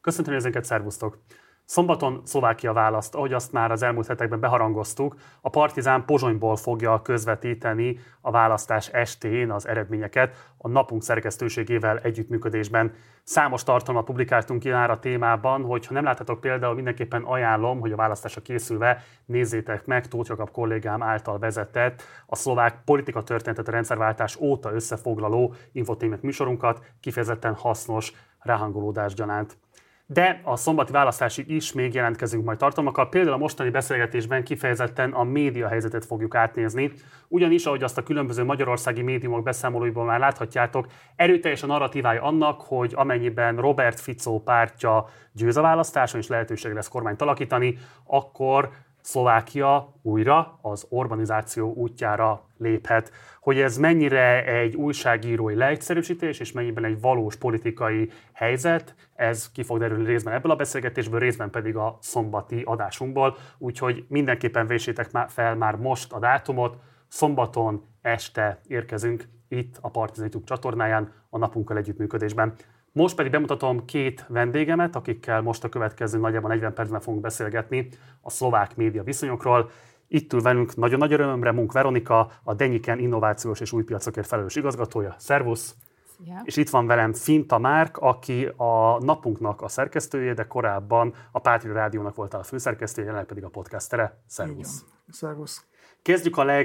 Köszöntöm nézőinket, szervusztok! Szombaton Szlovákia választ, ahogy azt már az elmúlt hetekben beharangoztuk, a Partizán Pozsonyból fogja közvetíteni a választás estén az eredményeket a Napunk szerkesztőségével együttműködésben. Számos tartalmat publikáltunk ilyenre a témában, hogyha nem láthatok például, mindenképpen ajánlom, hogy a választásra készülve nézzétek meg Tóth Jakab kollégám által vezetett a szlovák politika történetet a rendszerváltás óta összefoglaló infotainment műsorunkat, kifejezetten hasznos ráhangolódás gyanánt. De a szombati választásig is még jelentkezünk majd tartalmakkal, például a mostani beszélgetésben kifejezetten a média helyzetet fogjuk átnézni, ugyanis, ahogy azt a különböző magyarországi médiumok beszámolóiból már láthatjátok, erőteljes a narratívája annak, hogy amennyiben Robert Fico pártja győz a választáson és lehetőségre lesz kormányt alakítani, akkor Szlovákia újra az orbanizáció útjára léphet. Hogy ez mennyire egy újságírói leegyszerűsítés, és mennyiben egy valós politikai helyzet, ez ki fog derülni részben ebből a beszélgetésből, részben pedig a szombati adásunkból. Úgyhogy mindenképpen véssétek fel már most a dátumot. Szombaton este érkezünk itt a Partizán YouTube csatornáján a Napunkkal együttműködésben. Most pedig bemutatom két vendégemet, akikkel most a következő nagyjából 40 percben fogunk beszélgetni a szlovák média viszonyokról. Itt ül velünk nagyon nagy örömömre Munk Veronika, a Deniken innovációs és új piacokért felelős igazgatója. Szervusz! Ja. És itt van velem Finta Márk, aki a Napunknak a szerkesztője, de korábban a Pátria Rádiónak volt a főszerkesztője, jelenleg pedig a podcastere. Szervusz! Szervusz! Kezdjük a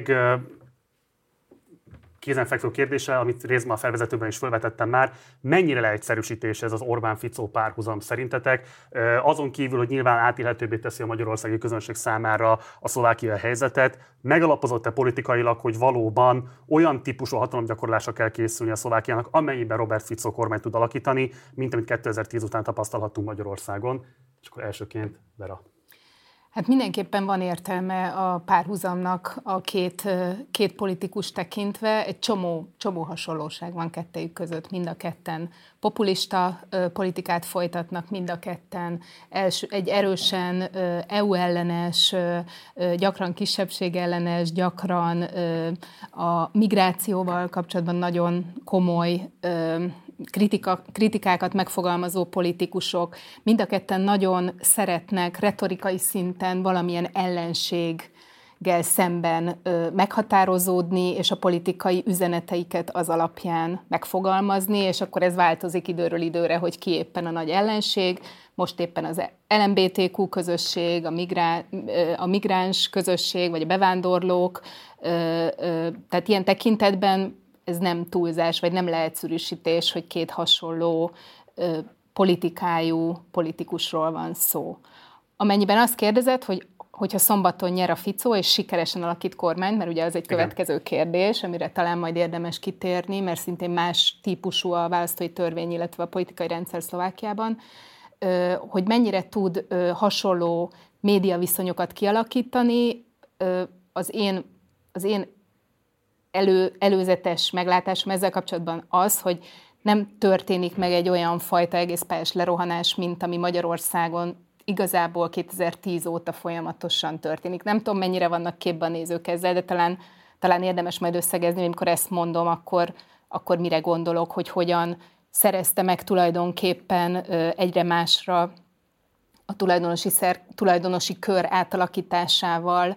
kézenfekvő kérdéssel, amit részben a felvezetőben is felvetettem már. Mennyire leegyszerűsítés ez az Orbán-Fico párhuzam szerintetek? Azon kívül, hogy nyilván átélhetőbbé teszi a magyarországi közönség számára a szlovákiai helyzetet, megalapozott-e politikailag, hogy valóban olyan típusú hatalomgyakorlásra kell készülni a Szlovákiának, amennyiben Robert Fico kormányt tud alakítani, mint amit 2010 után tapasztalhattunk Magyarországon? És akkor elsőként Vera. Hát mindenképpen van értelme a párhuzamnak a két politikus tekintve. Egy csomó hasonlóság van kettejük között. Mind a ketten populista politikát folytatnak, mind a ketten egy erősen EU-ellenes, gyakran kisebbségellenes, gyakran a migrációval kapcsolatban nagyon komoly kritikákat megfogalmazó politikusok, mind a ketten nagyon szeretnek retorikai szinten valamilyen ellenséggel szemben meghatározódni, és a politikai üzeneteiket az alapján megfogalmazni, és akkor ez változik időről időre, hogy ki éppen a nagy ellenség. Most éppen az LMBTQ közösség, a migráns közösség, vagy a bevándorlók. Tehát ilyen tekintetben ez nem túlzás, vagy nem leegyszerűsítés, hogy két hasonló politikájú politikusról van szó. Amennyiben azt kérdezed, hogyha szombaton nyer a Fico, és sikeresen alakít kormányt, mert ugye az egy következő kérdés, amire talán majd érdemes kitérni, mert szintén más típusú a választói törvény, illetve a politikai rendszer Szlovákiában, hogy mennyire tud hasonló médiaviszonyokat kialakítani, az én előzetes meglátásom ezzel kapcsolatban az, hogy nem történik meg egy olyan fajta egészpályás lerohanás, mint ami Magyarországon igazából 2010 óta folyamatosan történik. Nem tudom, mennyire vannak képben a nézők ezzel, de talán érdemes majd összegezni, amikor ezt mondom, akkor mire gondolok, hogy hogyan szerezte meg tulajdonképpen egyre másra a tulajdonosi kör átalakításával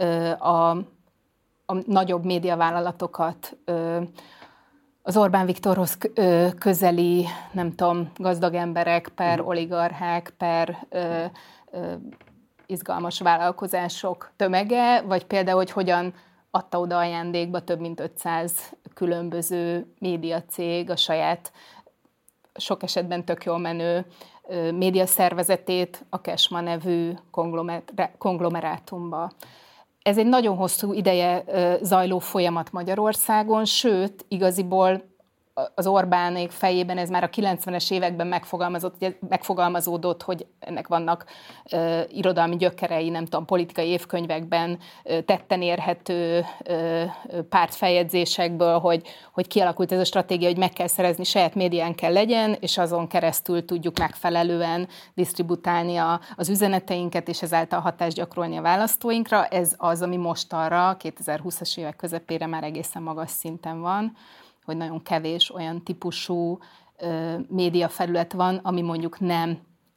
a nagyobb médiavállalatokat, az Orbán Viktorhoz közeli, nem tudom, gazdag emberek per oligarchák, per izgalmas vállalkozások tömege, vagy például, hogy hogyan adta oda ajándékba több mint 500 különböző médiacég a saját, sok esetben tök jól menő médiaszervezetét a Kesma nevű konglomerátumba. Ez egy nagyon hosszú ideje zajló folyamat Magyarországon, sőt, igaziból az Orbánék fejében ez már a 90-es években megfogalmazódott, hogy ennek vannak irodalmi gyökerei, nem tudom, politikai évkönyvekben tetten érhető pártfeljegyzésekből, hogy kialakult ez a stratégia, hogy meg kell szerezni, saját médián kell legyen, és azon keresztül tudjuk megfelelően disztributálni az üzeneteinket, és ezáltal hatást gyakorolni a választóinkra. Ez az, ami mostanra, 2020-as évek közepére már egészen magas szinten van, hogy nagyon kevés olyan típusú médiafelület van, ami mondjuk nem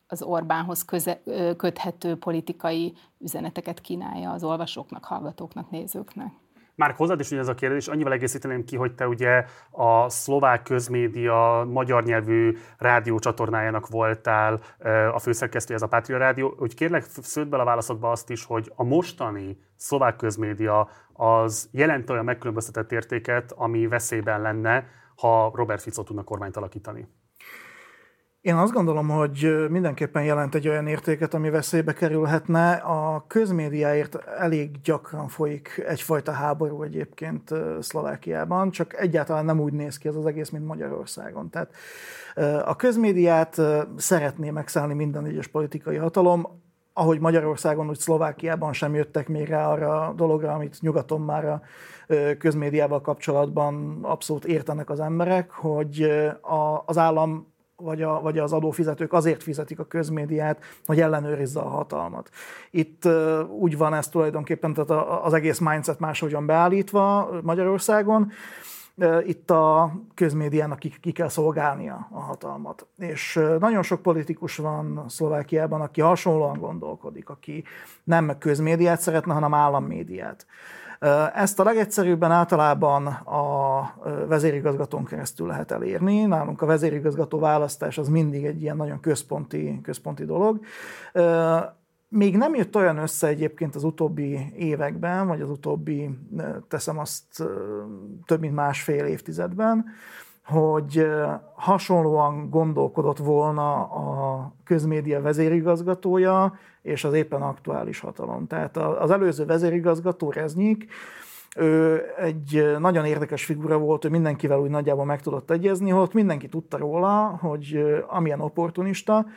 az Orbánhoz köthető politikai üzeneteket kínálja az olvasóknak, hallgatóknak, nézőknek. Márk, hozzád is ugyanez a kérdés, annyival egészíteném ki, hogy te ugye a szlovák közmédia magyar nyelvű rádiócsatornájának voltál a főszerkesztője, ez a Patria Rádió, hogy kérlek sződ bele a válaszodba azt is, hogy a mostani szlovák közmédia az jelent olyan megkülönböztetett értéket, ami veszélyben lenne, ha Robert Fico tudna kormányt alakítani. Én azt gondolom, hogy mindenképpen jelent egy olyan értéket, ami veszélybe kerülhetne. A közmédiáért elég gyakran folyik egyfajta háború egyébként Szlovákiában, csak egyáltalán nem úgy néz ki ez az egész, mint Magyarországon. Tehát a közmédiát szeretné megszállni minden egyes politikai hatalom, ahogy Magyarországon, úgy Szlovákiában sem jöttek még rá arra a dologra, amit nyugaton már a közmédiával kapcsolatban abszolút értenek az emberek, hogy az állam vagy az adófizetők azért fizetik a közmédiát, hogy ellenőrizze a hatalmat. Itt úgy van ez tulajdonképpen, tehát az egész mindset máshogyan beállítva Magyarországon, itt a közmédiának ki kell szolgálnia a hatalmat. És nagyon sok politikus van Szlovákiában, aki hasonlóan gondolkodik, aki nem közmédiát szeretne, hanem állammédiát. Ezt a legegyszerűbben általában a vezérigazgatón keresztül lehet elérni. Nálunk a vezérigazgató választás az mindig egy ilyen nagyon központi dolog. Még nem jött olyan össze egyébként az utóbbi években, vagy az utóbbi, teszem azt, több mint másfél évtizedben, hogy hasonlóan gondolkodott volna a közmédia vezérigazgatója és az éppen aktuális hatalom. Tehát az előző vezérigazgató, Reznyik, ő egy nagyon érdekes figura volt, ő mindenkivel úgy nagyjából meg tudott egyezni, holott mindenki tudta róla, hogy amilyen opportunista,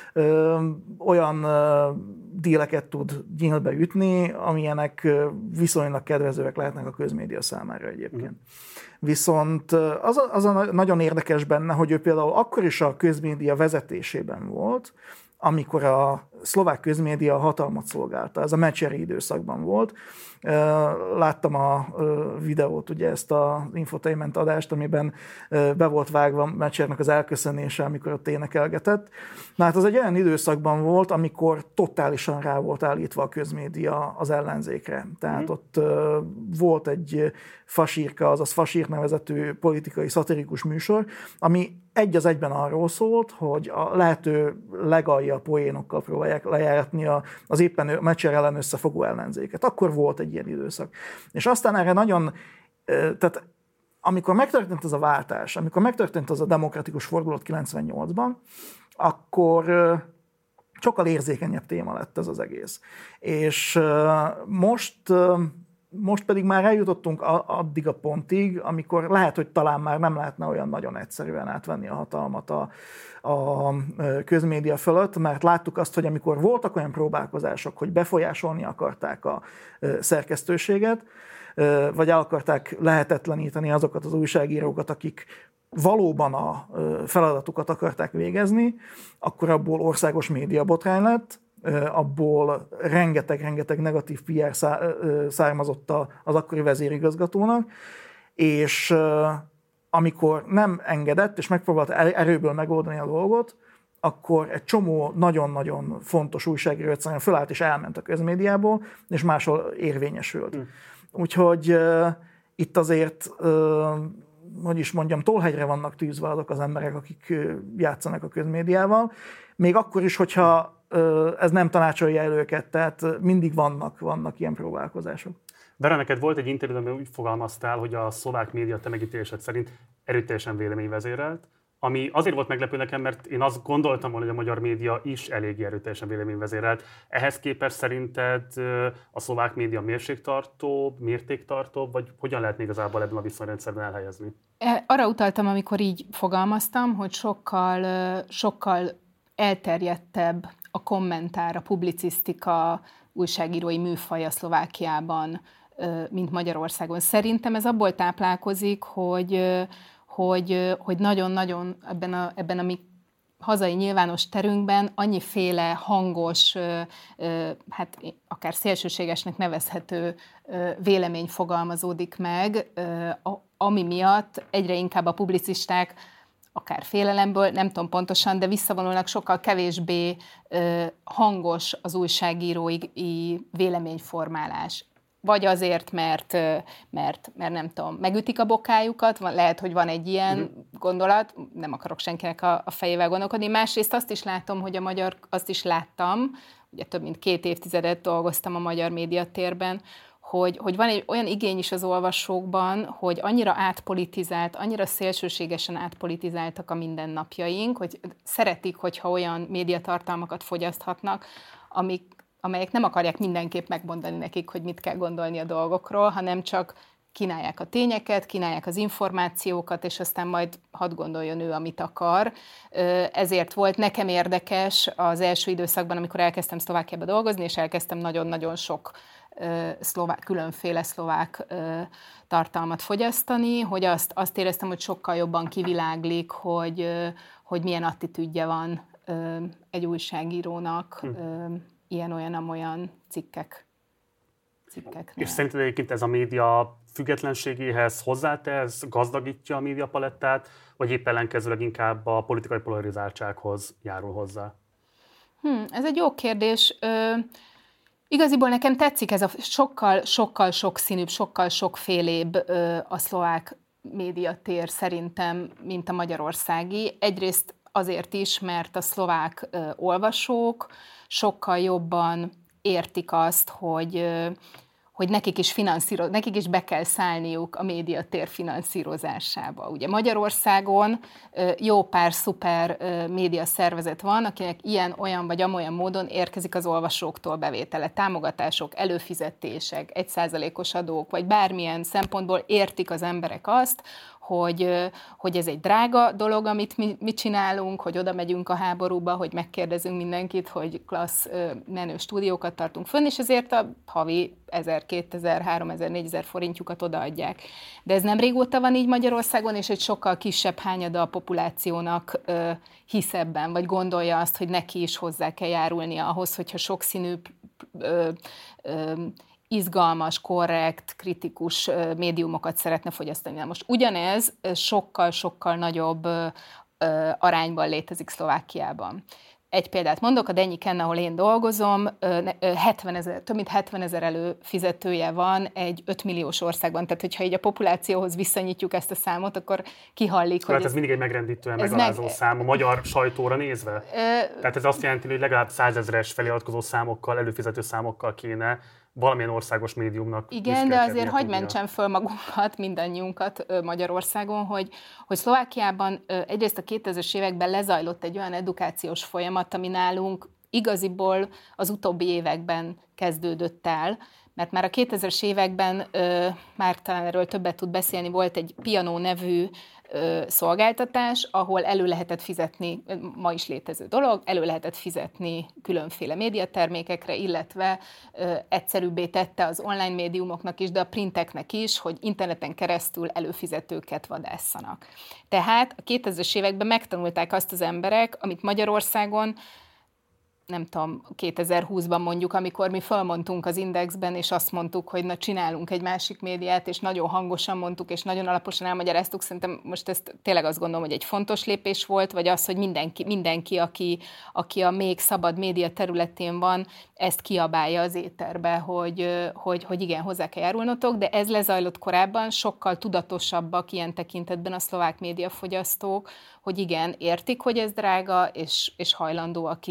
olyan díleket tud nyílbe ütni, amilyenek viszonylag kedvezőek lehetnek a közmédia számára egyébként. Viszont az a nagyon érdekes benne, hogy ő például akkor is a közmédia vezetésében volt, amikor a szlovák közmédia hatalmat szolgálta. Ez a Mecseri időszakban volt. Láttam a videót, ugye ezt az infotainment adást, amiben be volt vágva Mecsernek az elköszönése, amikor ott énekelgetett. Na hát az egy olyan időszakban volt, amikor totálisan rá volt állítva a közmédia az ellenzékre. Tehát ott volt egy Fasírka, azaz Fasír nevezetű politikai szatirikus műsor, ami egy az egyben arról szólt, hogy a lehető legaljabb poénokkal próbálják lejáratni az éppen Mecser ellen összefogó ellenzéket. Akkor volt egy ilyen időszak. És aztán erre nagyon, tehát amikor megtörtént ez a váltás, amikor megtörtént az a demokratikus fordulat 98-ban, akkor sokkal érzékenyebb téma lett ez az egész. És most pedig már eljutottunk addig a pontig, amikor lehet, hogy talán már nem lehetne olyan nagyon egyszerűen átvenni a hatalmat a közmédia fölött, mert láttuk azt, hogy amikor voltak olyan próbálkozások, hogy befolyásolni akarták a szerkesztőséget, vagy el akarták lehetetleníteni azokat az újságírókat, akik valóban a feladatukat akarták végezni, akkor abból országos médiabotrány lett, abból rengeteg negatív PR származott az akkori vezérigazgatónak, és amikor nem engedett, és megpróbált erőből megoldani a dolgot, akkor egy csomó nagyon-nagyon fontos újságíró egyszerűen fölállt és elment a közmédiából, és máshol érvényesült. Úgyhogy itt azért, hogy is mondjam, tollhegyre vannak tűzve azok az emberek, akik játszanak a közmédiával, még akkor is, hogyha ez nem tanácsolja el őket, tehát mindig vannak ilyen próbálkozások. Vera, neked volt egy interjú, amiben úgy fogalmaztál, hogy a szlovák média te megítélésed szerint erőteljesen véleményvezérelt, ami azért volt meglepő nekem, mert én azt gondoltam volna, hogy a magyar média is eléggé erőteljesen véleményvezérelt. Ehhez képest szerinted a szlovák média mértéktartóbb, vagy hogyan lehet igazából ebben a viszonyrendszerben elhelyezni? Arra utaltam, amikor így fogalmaztam, hogy sokkal elterjedtebb a kommentár, a publicisztika, újságírói műfaj a Szlovákiában, mint Magyarországon. Szerintem ez abból táplálkozik, hogy nagyon-nagyon ebben a mi hazai nyilvános terünkben annyiféle hangos, hát akár szélsőségesnek nevezhető vélemény fogalmazódik meg, ami miatt egyre inkább a publicisták akár félelemből, nem tudom pontosan, de visszavonulnak, sokkal kevésbé hangos az újságírói véleményformálás. Vagy azért, mert nem tudom, megütik a bokájukat, lehet, hogy van egy ilyen gondolat, nem akarok senkinek a fejével gondolkodni. Másrészt azt is látom, hogy azt is láttam, ugye több mint 2 évtizedet dolgoztam a magyar médiatérben, hogy van egy olyan igény is az olvasókban, hogy annyira átpolitizált, annyira szélsőségesen átpolitizáltak a mindennapjaink, hogy szeretik, hogyha olyan médiatartalmakat fogyaszthatnak, amelyek nem akarják mindenképp megmondani nekik, hogy mit kell gondolni a dolgokról, hanem csak kínálják a tényeket, kínálják az információkat, és aztán majd hadd gondoljon ő, amit akar. Ezért volt nekem érdekes az első időszakban, amikor elkezdtem Szlovákiába dolgozni, és elkezdtem nagyon-nagyon sok különféle szlovák tartalmat fogyasztani, hogy azt éreztem, hogy sokkal jobban kiviláglik, hogy milyen attitűdje van egy újságírónak ilyen-olyan cikkeknél. És szerinted egyébként ez a média függetlenségéhez hozzátesz, gazdagítja a médiapalettát, vagy épp ellenkezőleg inkább a politikai polarizáltsághoz járul hozzá? Ez egy jó kérdés. Igaziból nekem tetszik ez a sokkal sokszínűbb, sokkal sokfélébb a szlovák médiatér szerintem, mint a magyarországi. Egyrészt azért is, mert a szlovák olvasók sokkal jobban értik azt, hogy nekik is be kell szállniuk a médiatér finanszírozásába. Ugye Magyarországon jó pár szuper média szervezet van, akinek ilyen, olyan vagy amolyan módon érkezik az olvasóktól bevétele, támogatások, előfizetések, 1%-os adók, vagy bármilyen szempontból értik az emberek azt, hogy ez egy drága dolog, amit mi csinálunk, hogy oda megyünk a háborúba, hogy megkérdezünk mindenkit, hogy klassz menő stúdiókat tartunk fönn, és ezért a havi 1000, 2000, 3000, 4000 forintjukat odaadják. De ez nem régóta van így Magyarországon, és egy sokkal kisebb hányada a populációnak hisz ebben, vagy gondolja azt, hogy neki is hozzá kell járulnia ahhoz, hogyha sokszínű, izgalmas, korrekt, kritikus médiumokat szeretne fogyasztani. Na most ugyanez sokkal nagyobb arányban létezik Szlovákiában. Egy példát mondok, a Denyiken, ahol én dolgozom, több mint 70 000 előfizetője van egy 5 milliós országban. Tehát, hogyha így a populációhoz viszonyítjuk ezt a számot, akkor kihallik, hogy... Ez mindig egy megrendítően megalázó szám a magyar sajtóra nézve? Tehát ez azt jelenti, hogy legalább 100 000-es feliratkozó számokkal, előfizető számokkal kéne valamilyen országos médiumnak. Igen, de azért hagyj mentsem föl magunkat, mindannyiunkat Magyarországon, hogy Szlovákiában egyrészt a 2000-es években lezajlott egy olyan edukációs folyamat, ami nálunk igaziból az utóbbi években kezdődött el, mert már a 2000-es években, már talán erről többet tud beszélni, volt egy Piano nevű szolgáltatás, ahol elő lehetett fizetni, ma is létező dolog, elő lehetett fizetni különféle médiatermékekre, illetve egyszerűbbé tette az online médiumoknak is, de a printeknek is, hogy interneten keresztül előfizetőket vadászanak. Tehát a 2000-es években megtanulták azt az emberek, amit Magyarországon, nem tudom, 2020-ban mondjuk, amikor mi fölmondtunk az Indexben, és azt mondtuk, hogy na csinálunk egy másik médiát, és nagyon hangosan mondtuk, és nagyon alaposan elmagyaráztuk. Szerintem most ezt tényleg azt gondolom, hogy egy fontos lépés volt, vagy az, hogy mindenki aki a még szabad média területén van, ezt kiabálja az éterbe, hogy igen, hozzá kell járulnotok, de ez lezajlott korábban, sokkal tudatosabbak ilyen tekintetben a szlovák médiafogyasztók, hogy igen, értik, hogy ez drága, és hajlandóak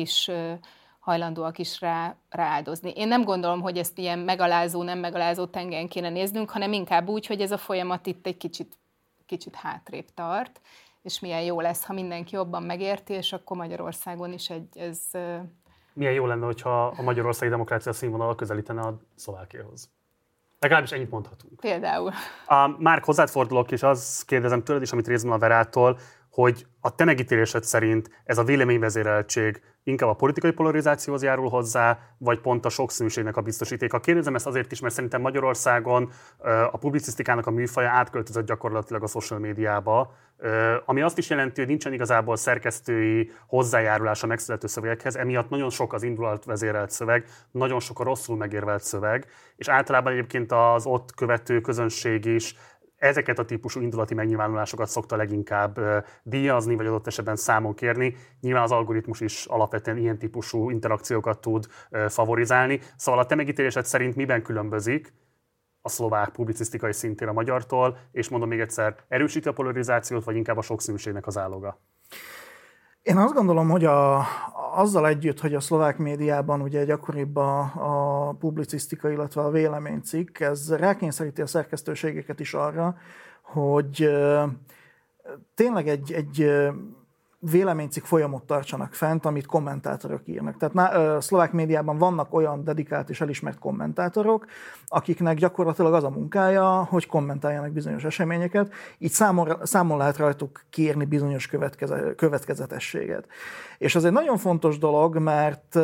is rááldozni. Én nem gondolom, hogy ezt ilyen megalázó, nem megalázó tengelyen kéne néznünk, hanem inkább úgy, hogy ez a folyamat itt egy kicsit hátrébb tart, és milyen jó lesz, ha mindenki jobban megérti, és akkor Magyarországon is ez... Milyen jó lenne, hogyha a magyarországi demokrácia színvonala közelítene a Szlovákiához. Legalábbis ennyit mondhatunk. Például. Márk, hozzád fordulok, és azt kérdezem tőled is, amit részben a Verától, hogy a te megítélésed szerint ez a véleményvezéreltség inkább a politikai polarizációhoz járul hozzá, vagy pont a sokszínűségnek a biztosítéka. Kérdezem ezt azért is, mert szerintem Magyarországon a publicisztikának a műfaja átköltözött gyakorlatilag a social médiába, ami azt is jelenti, hogy nincsen igazából szerkesztői hozzájárulás a megszülető szövegekhez, emiatt nagyon sok az indulatvezérelt szöveg, nagyon sok a rosszul megérvelt szöveg, és általában egyébként az ott követő közönség is ezeket a típusú indulati megnyilvánulásokat szokta leginkább díjazni, vagy adott esetben számon kérni. Nyilván az algoritmus is alapvetően ilyen típusú interakciókat tud favorizálni. Szóval a te megítélésed szerint miben különbözik a szlovák publicisztikai szintén a magyartól, és mondom még egyszer, erősíti a polarizációt, vagy inkább a sokszínűségnek az áloga? Én azt gondolom, hogy azzal együtt, hogy a szlovák médiában ugye gyakoribb a publicisztika, illetve a véleménycikk, ez rákényszeríti a szerkesztőségeket is arra, hogy tényleg egy véleménycikk folyamot tartsanak fent, amit kommentátorok írnak. Tehát szlovák médiában vannak olyan dedikált és elismert kommentátorok, akiknek gyakorlatilag az a munkája, hogy kommentáljanak bizonyos eseményeket, így számon lehet rajtuk kérni bizonyos következetességet. És ez egy nagyon fontos dolog, mert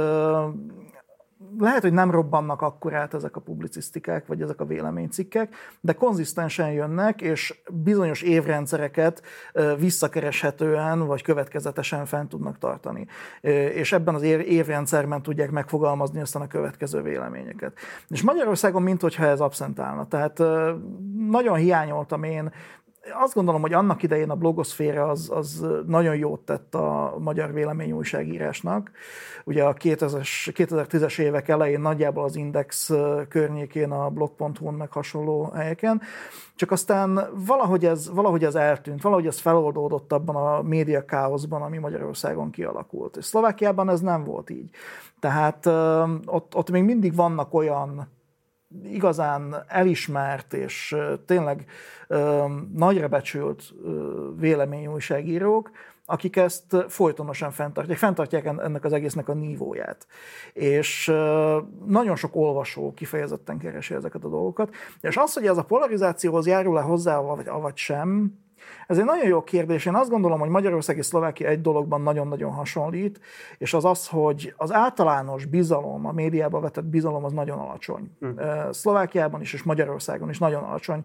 lehet, hogy nem robbannak akkorát ezek a publicisztikák, vagy ezek a véleménycikkek, de konzisztensen jönnek, és bizonyos évrendszereket visszakereshetően, vagy következetesen fent tudnak tartani. És ebben az évrendszerben tudják megfogalmazni aztán a következő véleményeket. És Magyarországon minthogyha ez abszentálna. Tehát nagyon hiányoltam én. Azt gondolom, hogy annak idején a blogoszféra az nagyon jót tett a magyar véleményújságírásnak. Ugye a 2010-es évek elején nagyjából az Index környékén, a blog.hu-n meg hasonló helyeken. Csak aztán valahogy ez eltűnt, valahogy ez feloldódott abban a média káoszban, ami Magyarországon kialakult. És Szlovákiában ez nem volt így. Tehát ott még mindig vannak olyan igazán elismert és tényleg nagyra becsült véleményújságírók, akik ezt folytonosan fenntartják ennek az egésznek a nívóját. És nagyon sok olvasó kifejezetten keresi ezeket a dolgokat. És az, hogy ez a polarizációhoz járul-e hozzá, vagy sem, ez egy nagyon jó kérdés. Én azt gondolom, hogy Magyarország és Szlovákia egy dologban nagyon-nagyon hasonlít, és az, hogy az általános bizalom, a médiában vetett bizalom az nagyon alacsony. Szlovákiában is és Magyarországon is nagyon alacsony.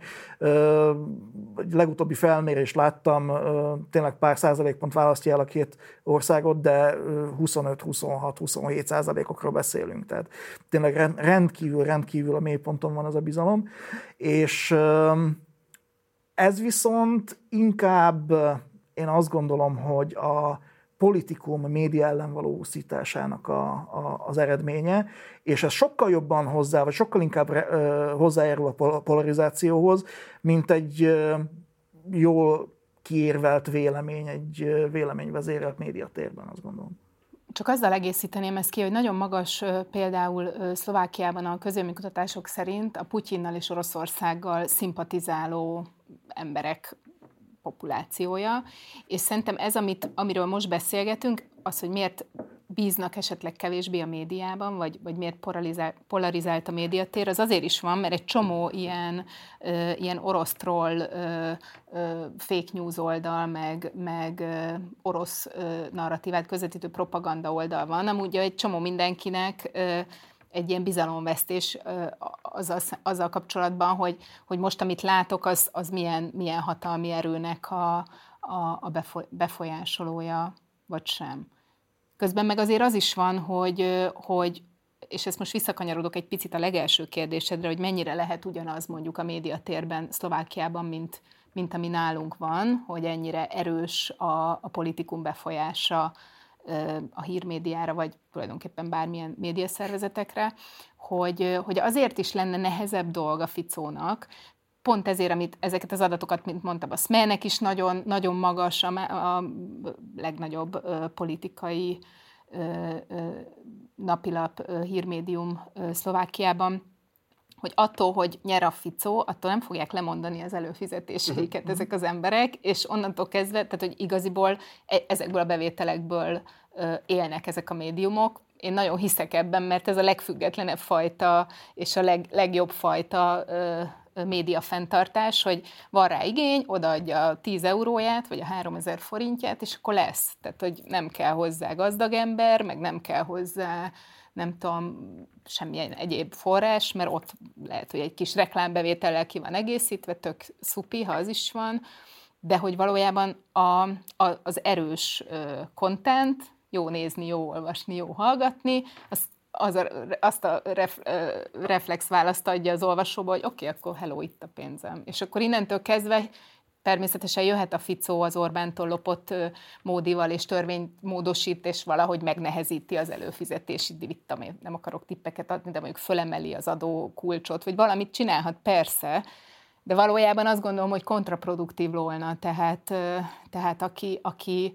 Legutóbbi felmérést láttam, tényleg pár százalékpont választja el a két országot, de 25-26-27 százalékokról beszélünk. Tehát tényleg rendkívül a mélyponton van ez a bizalom. És ez viszont inkább, én azt gondolom, hogy a politikum média ellen való úszításának az eredménye, és ez sokkal jobban vagy sokkal inkább hozzájárul a polarizációhoz, mint egy jól kiérvelt vélemény, egy véleményvezérelt médiatérben, azt gondolom. Csak azzal egészíteném ezt ki, hogy nagyon magas például Szlovákiában a közvéleménykutatások szerint a Putyinnal és Oroszországgal szimpatizáló emberek populációja, és szerintem ez, amiről most beszélgetünk, az, hogy miért bíznak esetleg kevésbé a médiában, vagy miért polarizált a médiatér, az azért is van, mert egy csomó ilyen orosz troll, fake news oldal, meg orosz narratívát közvetítő propaganda oldal van, amúgy egy csomó mindenkinek egy ilyen bizalomvesztés azzal kapcsolatban, hogy most, amit látok, az milyen hatalmi erőnek a befolyásolója, vagy sem. Közben meg azért az is van, hogy és ezt most visszakanyarodok egy picit a legelső kérdésedre, hogy mennyire lehet ugyanaz mondjuk a médiatérben Szlovákiában, mint ami nálunk van, hogy ennyire erős a politikum befolyása a hírmédiára, vagy tulajdonképpen bármilyen médiaszervezetekre, hogy azért is lenne nehezebb dolga Ficónak, pont ezért, ezeket az adatokat, mint mondtam, a SME-nek is nagyon, nagyon magas, a legnagyobb politikai napilap, hírmédium Szlovákiában, hogy attól, hogy nyer a Ficó, attól nem fogják lemondani az előfizetéseiket ezek az emberek, és onnantól kezdve, tehát hogy igaziból ezekből a bevételekből élnek ezek a médiumok. Én nagyon hiszek ebben, mert ez a legfüggetlenebb fajta, és a legjobb fajta média fenntartás, hogy van rá igény, odaadja a 10 euróját, vagy a 3000 forintját, és akkor lesz. Tehát, hogy nem kell hozzá gazdag ember, meg nem kell hozzá, nem tudom, semmilyen egyéb forrás, mert ott lehet, hogy egy kis reklámbevétellel ki van egészítve, tök szupi, ha az is van, de hogy valójában az erős content, jó nézni, jó olvasni, jó hallgatni, azt a reflex választ adja az olvasóba, hogy oké, akkor hello, itt a pénzem. És akkor innentől kezdve természetesen jöhet a Ficó az Orbántól lopott módival, és törvényt módosít, és valahogy megnehezíti az előfizetési, nem akarok tippeket adni, de mondjuk fölemeli az adó kulcsot, vagy valamit csinálhat, persze, de valójában azt gondolom, hogy kontraproduktív volna. Tehát aki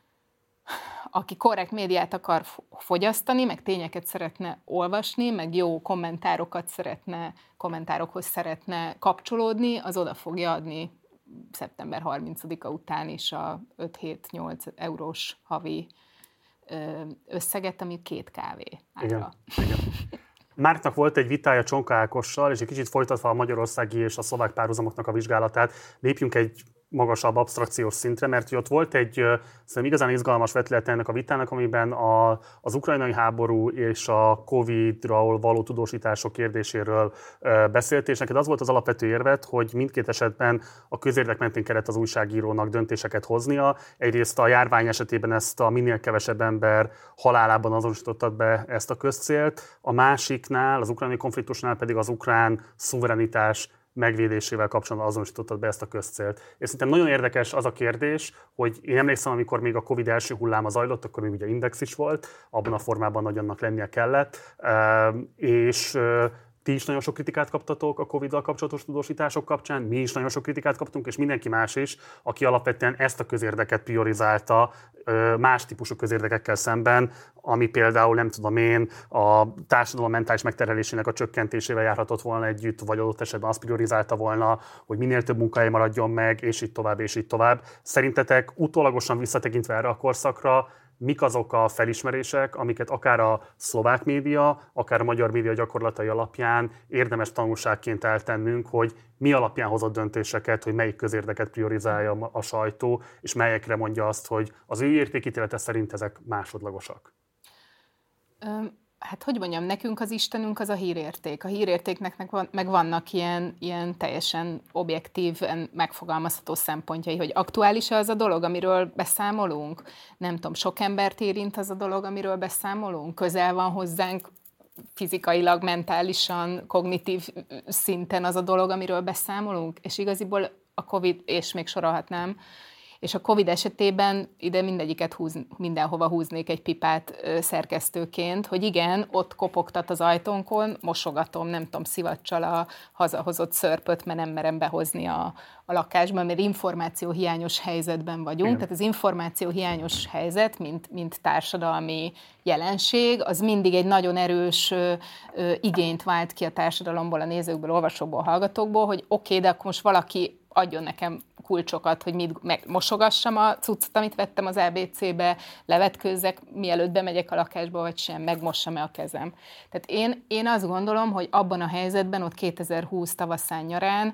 korrekt médiát akar fogyasztani, meg tényeket szeretne olvasni, meg jó kommentárokhoz szeretne kapcsolódni, az oda fogja adni szeptember 30-a után is a 5-7-8 eurós havi összeget, ami 2 kávé ára. Igen. Márknak volt egy vitája Csonka Ákossal, és egy kicsit folytatva a magyarországi és a szlovák párhuzamoknak a vizsgálatát, lépjünk egy magasabb absztrakciós szintre, mert ott volt egy szerintem igazán izgalmas vetülete ennek a vitának, amiben az ukrajnai háború és a Covid-ról való tudósítások kérdéséről beszélt, és neked az volt az alapvető érvet, hogy mindkét esetben a közérdek mentén kellett az újságírónak döntéseket hoznia. Egyrészt a járvány esetében ezt a minél kevesebb ember halálában azonosítottad be ezt a közcélt, a másiknál, az ukrajnai konfliktusnál pedig az ukrán szuverenitás megvédésével kapcsolatban azonosítottad be ezt a közcélt. És szerintem nagyon érdekes az a kérdés, hogy én emlékszem, amikor még a Covid első hulláma zajlott, akkor még ugye Index is volt, abban a formában nagy annak lennie kellett, és ti is nagyon sok kritikát kaptatok a Covid-dal kapcsolatos tudósítások kapcsán, mi is nagyon sok kritikát kaptunk, és mindenki más is, aki alapvetően ezt a közérdeket priorizálta más típusú közérdekekkel szemben, ami például, nem tudom én, a társadalom mentális megterhelésének a csökkentésével járhatott volna együtt, vagy adott esetben azt priorizálta volna, hogy minél több munkahely maradjon meg, és így tovább, és így tovább. Szerintetek utólagosan visszatekintve erre a korszakra, mik azok a felismerések, amiket akár a szlovák média, akár a magyar média gyakorlatai alapján érdemes tanulságként eltennünk, hogy mi alapján hozott döntéseket, hogy melyik közérdeket priorizálja a sajtó, és melyekre mondja azt, hogy az ő értékítélete szerint ezek másodlagosak? Hát hogy mondjam, nekünk az Istenünk az a hírérték. A hírértéknek meg vannak ilyen teljesen objektíven megfogalmazható szempontjai, hogy aktuális az a dolog, amiről beszámolunk? Nem tudom, sok embert érint az a dolog, amiről beszámolunk? Közel van hozzánk fizikailag, mentálisan, kognitív szinten az a dolog, amiről beszámolunk? És igaziból a Covid, és még sorolhatnám, és a Covid esetében ide mindegyiket mindenhova húznék egy pipát szerkesztőként, hogy igen, ott kopogtat az ajtónkon, mosogatom, nem tudom, szivacsal a hazahozott szörpöt, mert nem merem behozni a lakásban, mert információhiányos helyzetben vagyunk. Igen. Tehát az információhiányos helyzet, mint társadalmi jelenség, az mindig egy nagyon erős igényt vált ki a társadalomból, a nézőkből, olvasókból, hallgatókból, hogy oké, de akkor most valaki adjon nekem kulcsokat, hogy mosogassam a cuccot, amit vettem az ABC-be, levetkőzzek, mielőtt bemegyek a lakásba, vagy sem, megmossam-e a kezem. Tehát én azt gondolom, hogy abban a helyzetben, ott 2020 tavaszán, nyarán,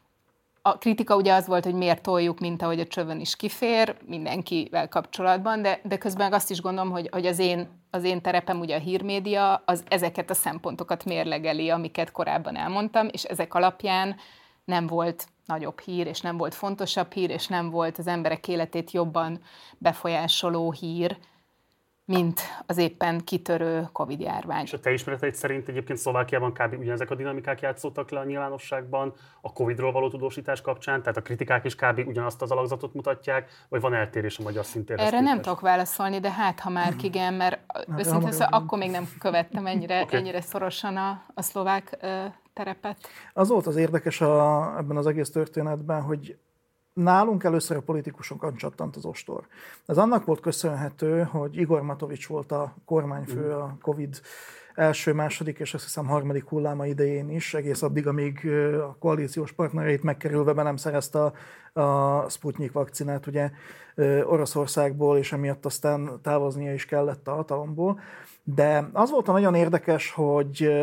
a kritika ugye az volt, hogy miért toljuk, mint ahogy a csövön is kifér, mindenkivel kapcsolatban, de közben azt is gondolom, hogy az én terepem ugye a hírmédia, az ezeket a szempontokat mérlegeli, amiket korábban elmondtam, és ezek alapján nem volt nagyobb hír, és nem volt fontosabb hír, és nem volt az emberek életét jobban befolyásoló hír, mint az éppen kitörő Covid-járvány. És a te ismereteid szerint egyébként Szlovákiában kb. Ugyanezek a dinamikák játszottak le a nyilvánosságban a Covid-ról való tudósítás kapcsán? Tehát a kritikák is kb. Ugyanazt az alakzatot mutatják, vagy van eltérés a magyar szintérhez? Erre nem tudok válaszolni, de hát ha már igen, mert őszintén szóval akkor még nem követtem ennyire szorosan a szlovák terepet. Az volt az érdekes ebben az egész történetben, hogy nálunk először a politikusokon csattant az ostor. Ez annak volt köszönhető, hogy Igor Matovics volt a kormányfő a Covid első, második és azt hiszem harmadik hulláma idején is, egész addig, amíg a koalíciós partnereit megkerülve be nem szerezte a Sputnik vakcinát ugye Oroszországból, és emiatt aztán távoznia is kellett a hatalomból. De az volt a nagyon érdekes, hogy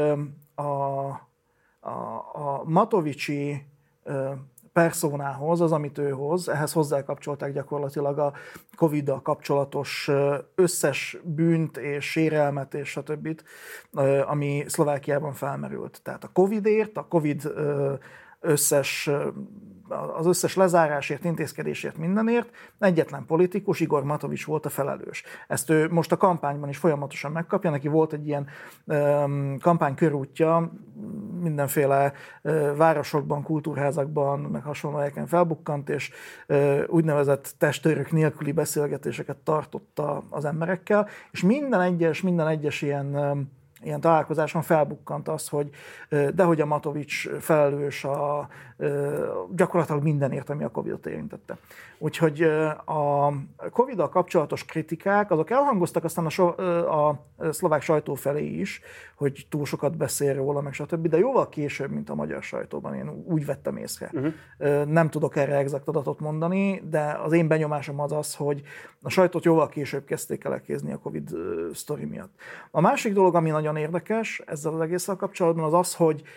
a Matovicsi perszónához, az, amit ő hoz, ehhez hozzákapcsolták gyakorlatilag a Covid-dal kapcsolatos összes bűnt és sérelmet és stb., ami Szlovákiában felmerült. Tehát a Covid-ért, a Covid az összes lezárásért, intézkedésért, mindenért egyetlen politikus, Igor Matovics volt a felelős. Ezt ő most a kampányban is folyamatosan megkapja, neki volt egy ilyen kampánykörútja, mindenféle városokban, kultúrházakban, meg hasonló helyeken felbukkant, és úgynevezett testőrök nélküli beszélgetéseket tartotta az emberekkel, és minden egyes ilyen találkozáson felbukkant az, hogy dehogy a Matovics felelős gyakorlatilag mindenért, ami a Covid-ot érintette. Úgyhogy a Covid-dal kapcsolatos kritikák, azok elhangoztak aztán a szlovák sajtó felé is, hogy túl sokat beszél róla, meg stb., de jóval később, mint a magyar sajtóban, én úgy vettem észre. Nem tudok erre exakt adatot mondani, de az én benyomásom az, hogy a sajtót jóval később kezdték el elkézni a Covid sztori miatt. A másik dolog, ami nagyon érdekes ezzel az egésszel kapcsolatban, az,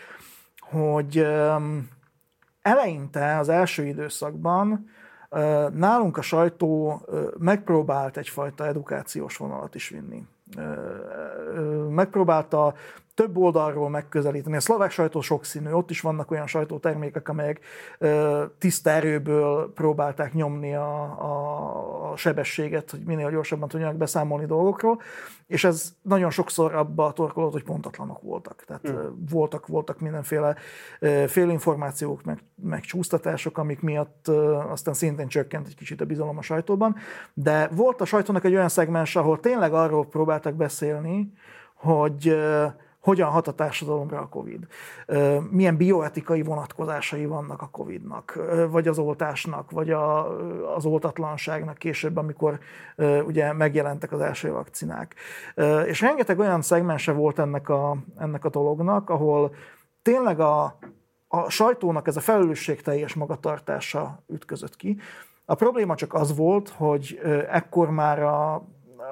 hogy eleinte, az első időszakban nálunk a sajtó megpróbált egyfajta edukációs vonalat is vinni. Megpróbálta több oldalról megközelíteni. A szlovák sajtó sokszínű, ott is vannak olyan sajtótermékek, amelyek tiszta erőből próbálták nyomni a sebességet, hogy minél gyorsabban tudjanak beszámolni dolgokról, és ez nagyon sokszor abba torkolott, hogy pontatlanok voltak. Tehát voltak mindenféle félinformációk, meg csúsztatások, amik miatt aztán szintén csökkent egy kicsit a bizalom a sajtóban, de volt a sajtónak egy olyan szegmens, ahol tényleg arról próbáltak beszélni, hogy hogyan hat a társadalomra a Covid, milyen bioetikai vonatkozásai vannak a Covidnak, vagy az oltásnak, vagy az oltatlanságnak később, amikor ugye megjelentek az első vakcinák. És rengeteg olyan szegmense volt ennek a dolognak, ahol tényleg a sajtónak ez a felelősségteljes magatartása ütközött ki. A probléma csak az volt, hogy ekkor már a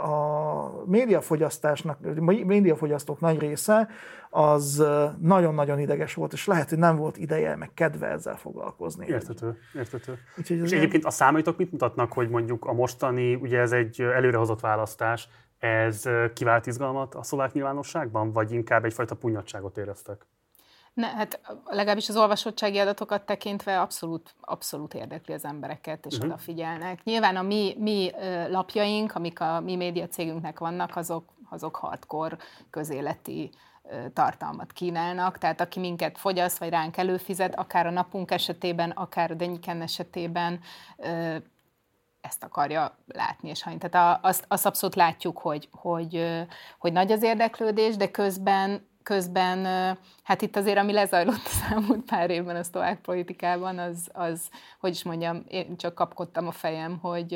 médiafogyasztók nagy része az nagyon-nagyon ideges volt, és lehet, hogy nem volt ideje, meg kedve ezzel foglalkozni. Érthető. És egyébként a számaitok mit mutatnak, hogy mondjuk a mostani, ugye ez egy előrehozott választás, ez kivált izgalmat a szlovák nyilvánosságban, vagy inkább egyfajta punyadságot éreztek? Hát legalábbis az olvasottsági adatokat tekintve abszolút érdekli az embereket, és odafigyelnek. Nyilván a mi lapjaink, amik a mi médiacégünknek vannak, azok hardcore közéleti tartalmat kínálnak, tehát aki minket fogyaszt, vagy ránk előfizet, akár a napunk esetében, akár a Deniken esetében, ezt akarja látni és hallani. Tehát azt abszolút látjuk, hogy nagy az érdeklődés, de közben, hát itt azért, ami lezajlott az elmúlt pár évben a szlovák politikában, az, hogy is mondjam, én csak kapkodtam a fejem,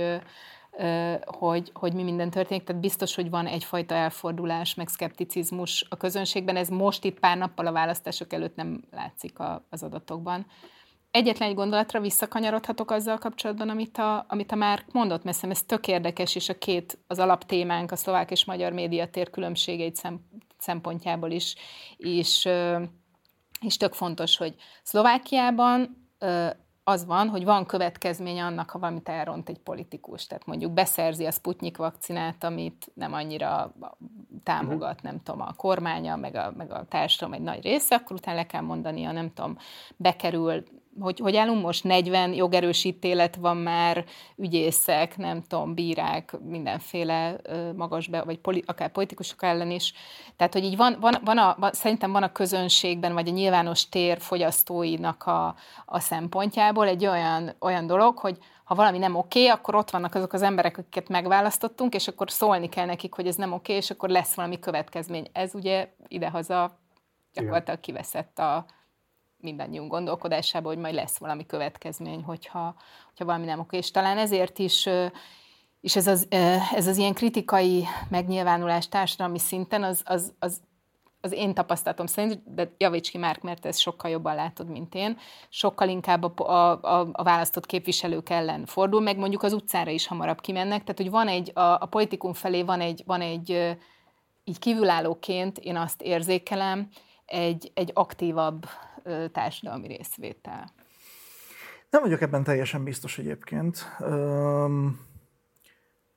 hogy mi minden történik, tehát biztos, hogy van egyfajta elfordulás, meg szkepticizmus a közönségben, ez most itt pár nappal a választások előtt nem látszik az adatokban. Egyetlen egy gondolatra visszakanyarodhatok azzal kapcsolatban, amit a Márk mondott, mert ez tök érdekes, és az alaptémánk, a szlovák és magyar médiatér különbségeit szempontjából is, és tök fontos, hogy Szlovákiában az van, hogy van következménye annak, ha valamit elront egy politikus. Tehát mondjuk beszerzi a Sputnik vakcinát, amit nem annyira támogat, nem tudom, a kormánya, meg a társadalom egy nagy része, akkor utána le kell mondania, nem tudom, bekerül, hogy állunk most 40 jogerős ítélet van már, ügyészek, nem tudom, bírák, mindenféle vagy akár politikusok ellen is. Tehát, hogy így szerintem van a közönségben, vagy a nyilvános tér fogyasztóinak a szempontjából egy olyan dolog, hogy ha valami nem oké, akkor ott vannak azok az emberek, akiket megválasztottunk, és akkor szólni kell nekik, hogy ez nem oké, és akkor lesz valami következmény. Ez ugye idehaza gyakorlatilag kiveszett a mindannyiunk gondolkodásába, hogy majd lesz valami következmény, hogyha valami nem oké. És talán ezért is ez az ilyen kritikai megnyilvánulás társadalmi szinten, az én tapasztalatom szerint, de javíts ki, Márk, mert ezt sokkal jobban látod, mint én, sokkal inkább a választott képviselők ellen fordul, meg mondjuk az utcára is hamarabb kimennek, tehát hogy a politikum felé van egy így kívülállóként, én azt érzékelem, egy aktívabb társadalmi részvétel. Nem vagyok ebben teljesen biztos egyébként.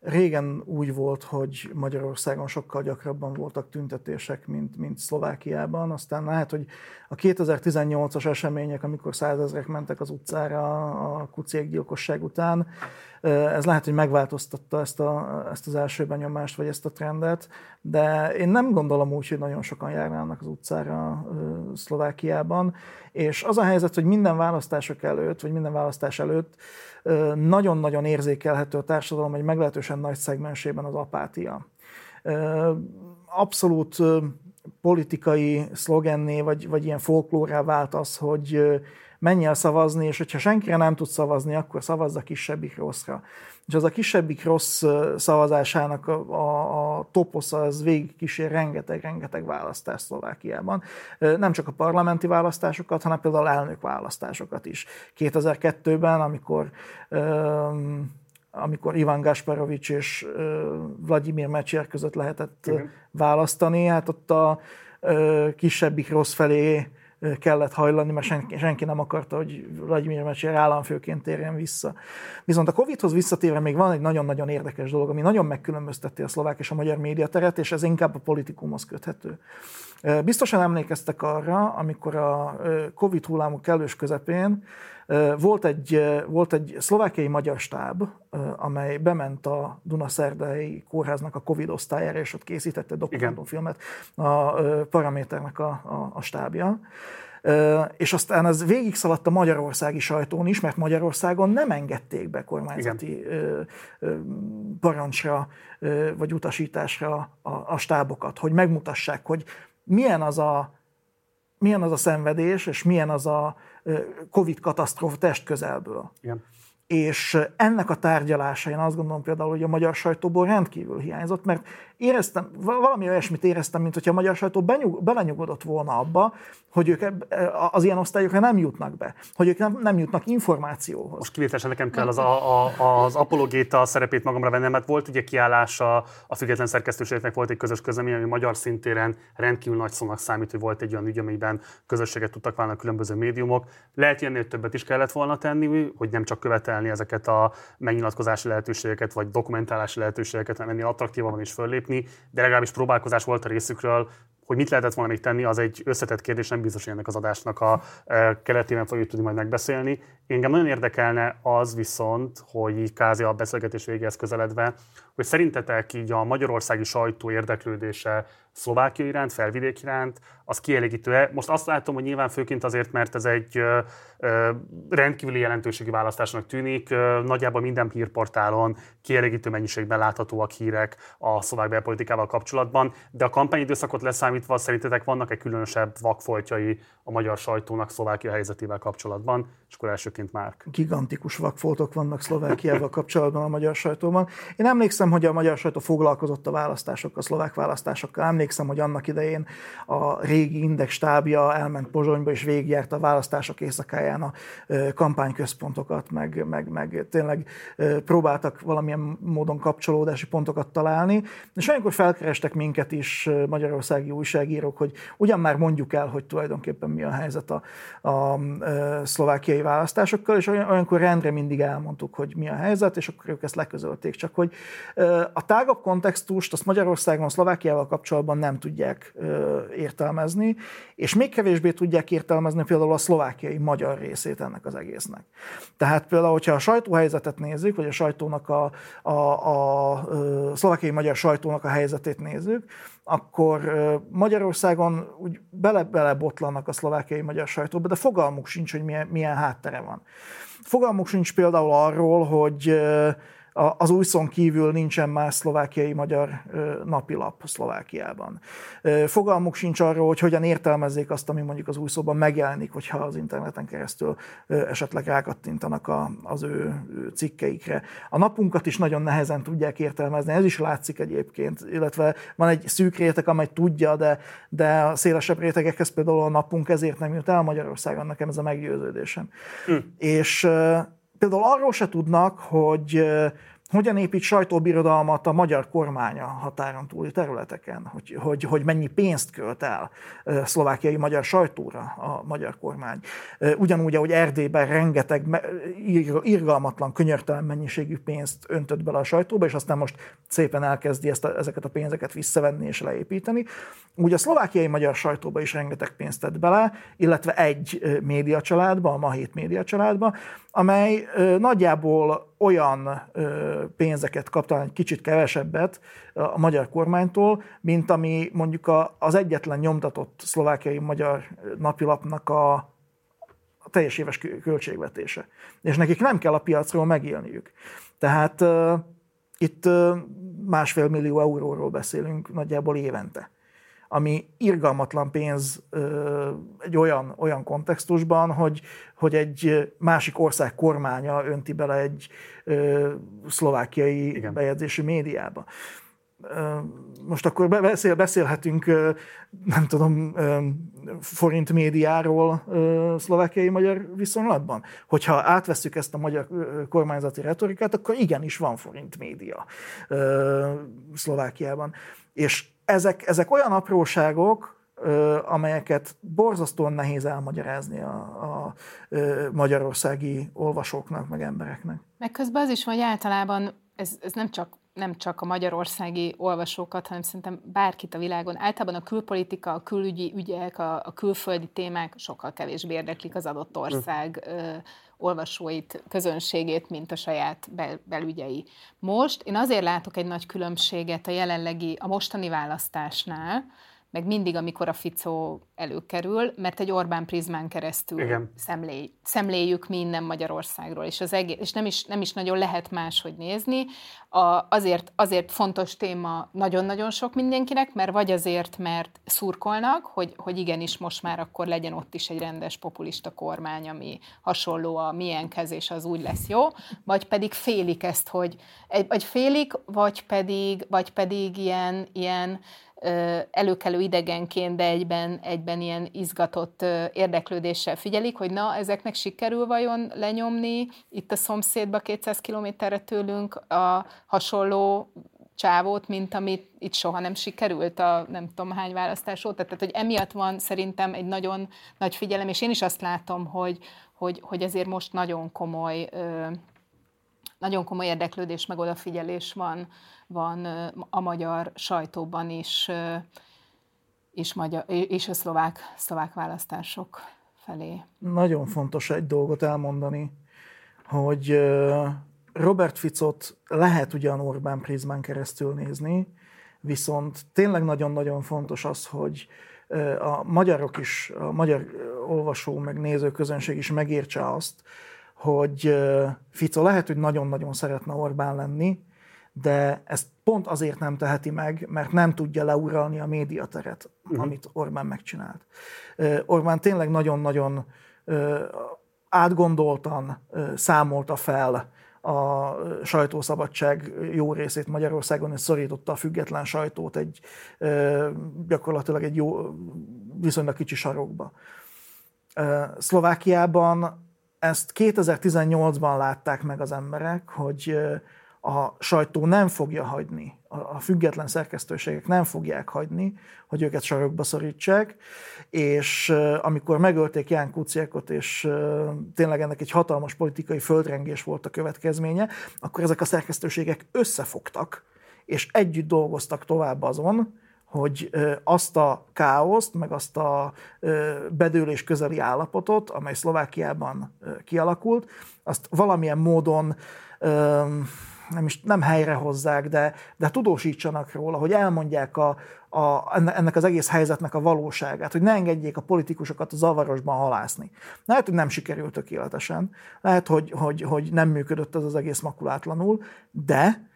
Régen úgy volt, hogy Magyarországon sokkal gyakrabban voltak tüntetések, mint Szlovákiában. Aztán lehet, hogy a 2018-as események, amikor 100 000-ek mentek az utcára a Kuciék gyilkosság után, ez lehet, hogy megváltoztatta ezt az első benyomást, vagy ezt a trendet, de én nem gondolom úgy, hogy nagyon sokan járnának az utcára Szlovákiában, és az a helyzet, hogy minden választások előtt, vagy minden választás előtt nagyon-nagyon érzékelhető a társadalom egy meglehetősen nagy szegmensében az apátia. Abszolút politikai szlogenné, vagy ilyen folklórá vált az, hogy menj el szavazni, és hogyha senkire nem tud szavazni, akkor szavazz a kisebbik rosszra. És az a kisebbik rossz szavazásának a toposza, az végigkísér rengeteg választás Szlovákiában. Nem csak a parlamenti választásokat, hanem például elnökválasztásokat is. 2002-ben, amikor Ivan Gasparovics és Vladimir Mečiar között lehetett választani, hát ott a kisebbik rossz felé kellett hajlani, mert senki nem akarta, hogy Vladimir Mečiar államfőként térjen vissza. Viszont a Covid-hoz visszatérve még van egy nagyon-nagyon érdekes dolog, ami nagyon megkülönbözteti a szlovák és a magyar médiateret, és ez inkább a politikumhoz köthető. Biztosan emlékeztek arra, amikor a Covid hullámok kellős közepén volt egy szlovákiai magyar stáb, amely bement a Dunaszerdai kórháznak a Covid osztályára, és ott készítette dokumentumfilmet a Paraméternek a stábja. És aztán ez végigszaladt a magyarországi sajtón is, mert Magyarországon nem engedték be kormányzati parancsra vagy utasításra a stábokat, hogy megmutassák, hogy milyen az a szenvedés, és milyen az a Covid-katasztrófa testközelből. Igen. És ennek a tárgyalása, én azt gondolom például, hogy a magyar sajtóból rendkívül hiányzott, mert valami olyasmit éreztem, mint hogyha a magyar sajtó belenyugodott volna abba, hogy ők az ilyen osztályokra nem jutnak be, hogy ők nem jutnak információhoz. Most kivételesen nekem kell az apologéta szerepét magamra vennem, mert volt ugye kiállása a független szerkesztőségnek, volt egy közös közlemény, ami magyar szintéren rendkívül nagy szónak számít, hogy volt egy olyan ügy, amiben közösséget tudtak vállalni a különböző médiumok. Lehet, hogy ennél többet is kellett volna tenni, hogy nem csak követelni ezeket a megnyilatkozási lehetőségeket, vagy dokumentálási lehetőségeket, hanem ennél attraktívabban is föllépni, de legalábbis próbálkozás volt a részükről, hogy mit lehetett volna még tenni, az egy összetett kérdés, nem biztos, hogy ennek az adásnak a keretében fogjuk tudni majd megbeszélni. Engem nagyon érdekelne az viszont, hogy így kázi a beszélgetés végéhez közeledve, hogy szerintetek így a magyarországi sajtó érdeklődése Szlovákia iránt, Felvidék iránt, az kielégítő-e? Most azt látom, hogy nyilván főként azért, mert ez egy rendkívüli jelentőségű választásnak tűnik. Nagyjából minden hírportálon kielégítő mennyiségben láthatóak hírek a szlovák belpolitikával kapcsolatban, de a kampányidőszakot leszámítva szerintetek vannak-e különösebb vakfoltjai a magyar sajtónak Szlovákia helyzetével kapcsolatban? És akkor elsőként Márk. Gigantikus vakfoltok vannak Szlovákiával kapcsolatban a magyar sajtóban. Én emlékszem, hogy a magyar sajtó foglalkozott a választásokkal, a szlovák választásokkal. Emlékszem, hogy annak idején a régi Index stábja elment Pozsonyba és végigjárt a választások éjszakáján a kampányközpontokat, meg tényleg próbáltak valamilyen módon kapcsolódási pontokat találni. És olyankor felkerestek minket is magyarországi újságírók, hogy ugyan már mondjuk el, hogy tulajdonképpen mi a helyzet a szlovákiai választásokkal, és olyankor rendre mindig elmondtuk, hogy mi a helyzet, és akkor ők ezt leközölték. Csak hogy a tágabb kontextust azt Magyarországon, Szlovákiával kapcsolatban nem tudják értelmezni, és még kevésbé tudják értelmezni például a szlovákiai magyar részét ennek az egésznek. Tehát például, hogyha a sajtóhelyzetet nézzük, vagy a sajtónak a szlovákiai magyar sajtónak a helyzetét nézzük, akkor Magyarországon úgy bele-botlanak a szlovákiai magyar sajtóba, de fogalmuk sincs, hogy milyen háttere van. Fogalmuk sincs például arról, hogy az Újszon kívül nincsen más szlovákiai magyar napilap Szlovákiában. Fogalmuk sincs arról, hogy hogyan értelmezzék azt, ami mondjuk az Újszóban megjelenik, hogyha az interneten keresztül esetleg rákattintanak az ő cikkeikre. A napunkat is nagyon nehezen tudják értelmezni, ez is látszik egyébként, illetve van egy szűk réteg, amely tudja, de a szélesebb rétegekhez például a napunk ezért nem jut el Magyarországon, nekem ez a meggyőződésem. És például arról se tudnak, hogy hogyan épít sajtóbirodalmat a magyar kormány a határon túli területeken, hogy mennyi pénzt költ el szlovákiai magyar sajtóra a magyar kormány. Ugyanúgy, ahogy Erdélyben rengeteg irgalmatlan, könyörtelen mennyiségű pénzt öntött bele a sajtóba, és aztán most szépen elkezdi ezeket a pénzeket visszavenni és leépíteni. Úgy a szlovákiai magyar sajtóba is rengeteg pénzt tett bele, illetve egy médiacsaládba, a Ma7 médiacsaládba, amely nagyjából olyan pénzeket kap, talán egy kicsit kevesebbet a magyar kormánytól, mint ami mondjuk az egyetlen nyomtatott szlovákiai magyar napilapnak a teljes éves költségvetése. És nekik nem kell a piacról megélniük. Tehát itt 1,5 millió euróról beszélünk nagyjából évente, ami irgalmatlan pénz egy olyan kontextusban, hogy egy másik ország kormánya önti bele egy szlovákiai bejegyzésű médiába. Most akkor beszélhetünk, nem tudom, forint médiáról szlovákiai magyar viszonylatban? Hogyha átvesszük ezt a magyar kormányzati retorikát, akkor igenis van forint média Szlovákiában. És ezek olyan apróságok, amelyeket borzasztóan nehéz elmagyarázni a magyarországi olvasóknak, meg embereknek. Meg közben az is, hogy általában ez nem csak a magyarországi olvasókat, hanem szerintem bárkit a világon. Általában a külpolitika, a külügyi ügyek, a külföldi témák sokkal kevésbé érdeklik az adott ország olvasóit, közönségét, mint a saját belügyei. Most én azért látok egy nagy különbséget a mostani választásnál, meg mindig, amikor a Fico előkerül, mert egy Orbán prizmán keresztül szemléljük mi innen Magyarországról, és és nem is nagyon lehet máshogy nézni. Azért fontos téma nagyon-nagyon sok mindenkinek, mert vagy azért, mert szurkolnak, hogy igenis most már akkor legyen ott is egy rendes populista kormány, ami hasonló a miénkhez, és az úgy lesz jó, vagy pedig félik ezt, vagy pedig ilyen előkelő idegenként, de egyben ilyen izgatott érdeklődéssel figyelik, hogy na, ezeknek sikerül vajon lenyomni itt a szomszédba 200 kilométerre tőlünk a hasonló csávót, mint amit itt soha nem sikerült a nem tudom hány választás óta. Tehát, hogy emiatt van szerintem egy nagyon nagy figyelem, és én is azt látom, hogy ezért most nagyon komoly érdeklődés, meg odafigyelés van a magyar sajtóban is, és a szlovák választások felé. Nagyon fontos egy dolgot elmondani, hogy Robert Ficot lehet ugyan Orbán prizmán keresztül nézni, viszont tényleg nagyon-nagyon fontos az, hogy a magyarok is, a magyar olvasó meg néző közönség is megértse azt, hogy Fico lehet, hogy nagyon-nagyon szeretne Orbán lenni, de ezt pont azért nem teheti meg, mert nem tudja leuralni a médiateret, amit Orbán megcsinált. Orbán tényleg nagyon-nagyon átgondoltan számolta fel a sajtószabadság jó részét Magyarországon, és szorította a független sajtót gyakorlatilag egy viszonylag kicsi sarokba. Szlovákiában ezt 2018-ban látták meg az emberek, hogy a sajtó nem fogja hagyni, a független szerkesztőségek nem fogják hagyni, hogy őket sarokba szorítsák, és amikor megölték Ján Kuciakot, és tényleg ennek egy hatalmas politikai földrengés volt a következménye, akkor ezek a szerkesztőségek összefogtak, és együtt dolgoztak tovább azon, hogy azt a káoszt, meg azt a bedőlés közeli állapotot, amely Szlovákiában kialakult, azt valamilyen módon nem helyrehozzák, de tudósítsanak róla, hogy elmondják ennek az egész helyzetnek a valóságát, hogy ne engedjék a politikusokat a zavarosban halászni. Lehet, hogy nem sikerült tökéletesen, lehet, hogy nem működött ez az egész makulátlanul, de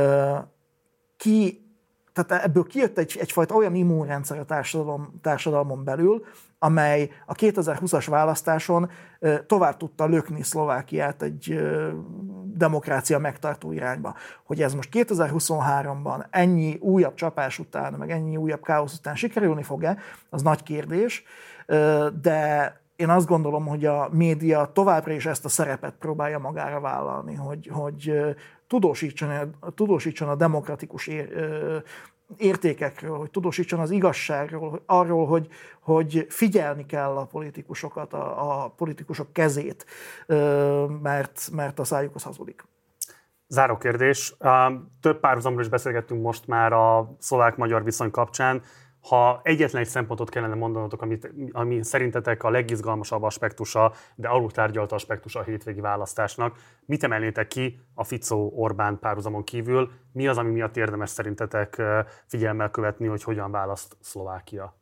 tehát ebből kijött egyfajta olyan immunrendszer a társadalmon belül, amely a 2020-as választáson tovább tudta lökni Szlovákiát egy demokrácia megtartó irányba. Hogy ez most 2023-ban ennyi újabb csapás után, meg ennyi újabb káosz után sikerülni fog-e, az nagy kérdés, de én azt gondolom, hogy a média továbbra is ezt a szerepet próbálja magára vállalni, hogy tudósítson a demokratikus értékekről, hogy tudósítson az igazságról, arról, hogy figyelni kell a politikusokat, a politikusok kezét, mert a szájukhoz hazudik. Záró kérdés. Több párhuzamról is beszélgettünk most már a szlovák-magyar viszony kapcsán. Ha egyetlen egy szempontot kellene mondanotok, ami szerintetek a legizgalmasabb aspektusa, de alultárgyalt aspektusa a hétvégi választásnak, mit emelnétek ki a Fico-Orbán párhuzamon kívül? Mi az, ami miatt érdemes szerintetek figyelemmel követni, hogy hogyan választ Szlovákia?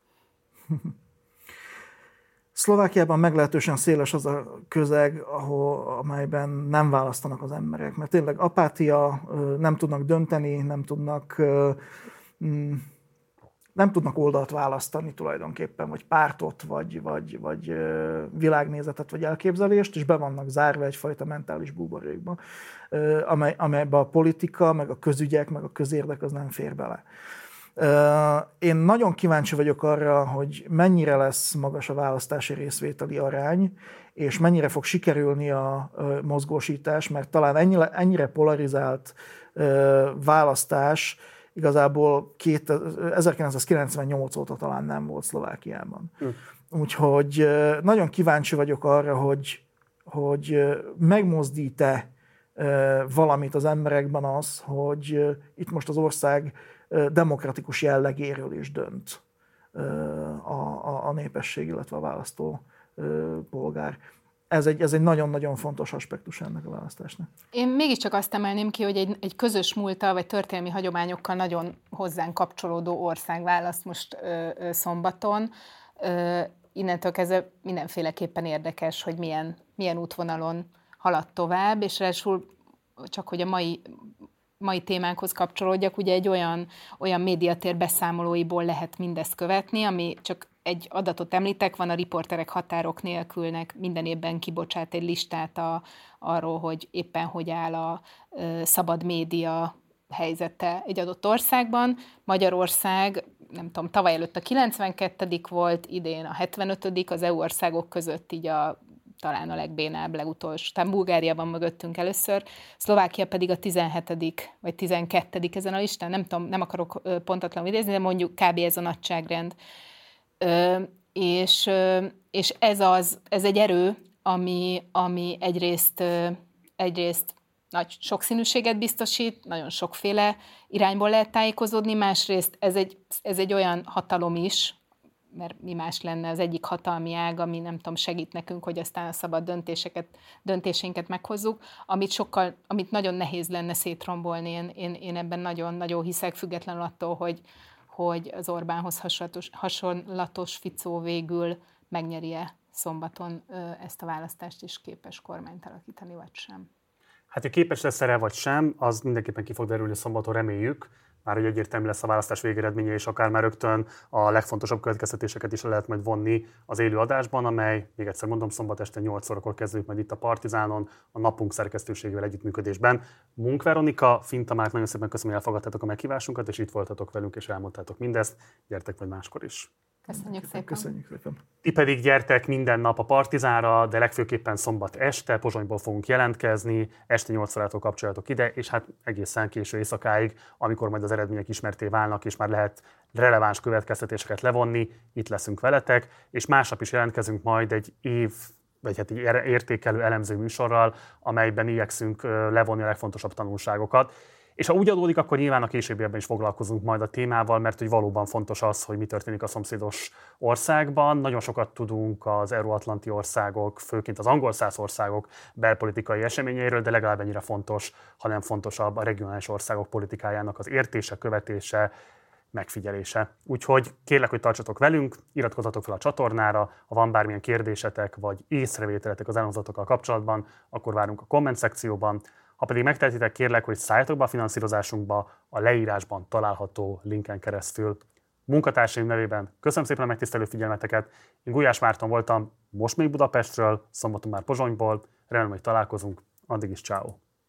Szlovákiában meglehetősen széles az a közeg, amelyben nem választanak az emberek, mert tényleg apátia, nem tudnak dönteni, nem tudnak oldalt választani tulajdonképpen, vagy pártot, vagy világnézetet, vagy elképzelést, és be vannak zárva egyfajta mentális buborékba, amelyben a politika, meg a közügyek, meg a közérdek az nem fér bele. Én nagyon kíváncsi vagyok arra, hogy mennyire lesz magas a választási részvételi arány, és mennyire fog sikerülni a mozgósítás, mert talán ennyire polarizált választás igazából 1998 óta talán nem volt Szlovákiában. Úgyhogy nagyon kíváncsi vagyok arra, hogy megmozdít-e valamit az emberekben az, hogy itt most az ország demokratikus jellegéről is dönt a népesség, illetve a választó polgár. Ez egy nagyon-nagyon fontos aspektus ennek a választásnak. Én mégiscsak azt emelném ki, hogy egy közös múlttal vagy történelmi hagyományokkal nagyon hozzánk kapcsolódó ország választ most szombaton. Innentől kezdve mindenféleképpen érdekes, hogy milyen útvonalon halad tovább, és ráadásul csak hogy a mai témánkhoz kapcsolódjak, ugye egy olyan médiatér beszámolóiból lehet mindezt követni, ami csak egy adatot említek, van a Riporterek határok nélkülnek minden évben kibocsát egy listát arról, hogy éppen hogy áll a szabad média helyzete egy adott országban. Magyarország, nem tudom, tavaly előtt a 92. volt, idén a 75. az EU országok között így talán a legbénább, legutolsó. Tehát Bulgária van mögöttünk először, Szlovákia pedig a 17. vagy 12. ezen a listán, nem tudom, nem akarok pontatlanul idézni, de mondjuk kb. Ez a nagyságrend. És ez egy erő, ami egyrészt nagy sokszínűséget biztosít, nagyon sokféle irányból lehet tájékozódni, másrészt ez egy olyan hatalom is, mert mi más lenne az egyik hatalmi ág, ami nem tudom, segít nekünk, hogy aztán a szabad döntéseinket meghozzuk, amit nagyon nehéz lenne szétrombolni. Én ebben nagyon-nagyon hiszek, függetlenül attól, hogy az Orbánhoz hasonlatos Fico végül megnyeri-e szombaton ezt a választást, és képes kormányt alakítani, vagy sem. Hát, hogy képes lesz erre, vagy sem, az mindenképpen ki fog derülni szombaton, reméljük. Már hogy egyértelmű lesz a választás végeredménye, és akár már rögtön a legfontosabb következtetéseket is lehet majd vonni az élő adásban, amely, még egyszer mondom, szombat este 8 órakor kezdődik majd itt a Partizánon, a Napunk szerkesztőségével együttműködésben. Munk Veronika, Finta Márk, nagyon szépen köszönöm, hogy elfogadtátok a meghívásunkat, és itt voltatok velünk, és elmondtátok mindezt. Gyertek majd máskor is. Köszönjük szépen. Köszönjük szépen. Ti pedig gyertek minden nap a Partizánra, de legfőképpen szombat este, Pozsonyból fogunk jelentkezni, este 8 órától kapcsoljatok ide, és hát egészen késő éjszakáig, amikor majd az eredmények ismertté válnak, és már lehet releváns következtetéseket levonni, itt leszünk veletek, és másnap is jelentkezünk majd egy egy értékelő elemző műsorral, amelyben igyekszünk levonni a legfontosabb tanulságokat. És ha úgy adódik, akkor nyilván a későbbiekben is foglalkozunk majd a témával, mert hogy valóban fontos az, hogy mi történik a szomszédos országban. Nagyon sokat tudunk az euróatlanti országok, főként az angolszász országok belpolitikai eseményeiről, de legalább ennyire fontos, ha nem fontosabb a regionális országok politikájának az értése, követése, megfigyelése. Úgyhogy kérlek, hogy tartsatok velünk, iratkozzatok fel a csatornára, ha van bármilyen kérdésetek vagy észrevételetek az elhangzatokkal kapcsolatban, akkor várunk a komment szekcióban. Ha pedig megtehetitek, kérlek, hogy szálljatok be a finanszírozásunkba a leírásban található linken keresztül. Munkatársaim nevében köszönöm szépen a megtisztelő figyelmeteket. Én Gulyás Márton voltam, most még Budapestről, szombaton már Pozsonyból. Remélem, hogy találkozunk. Addig is ciao.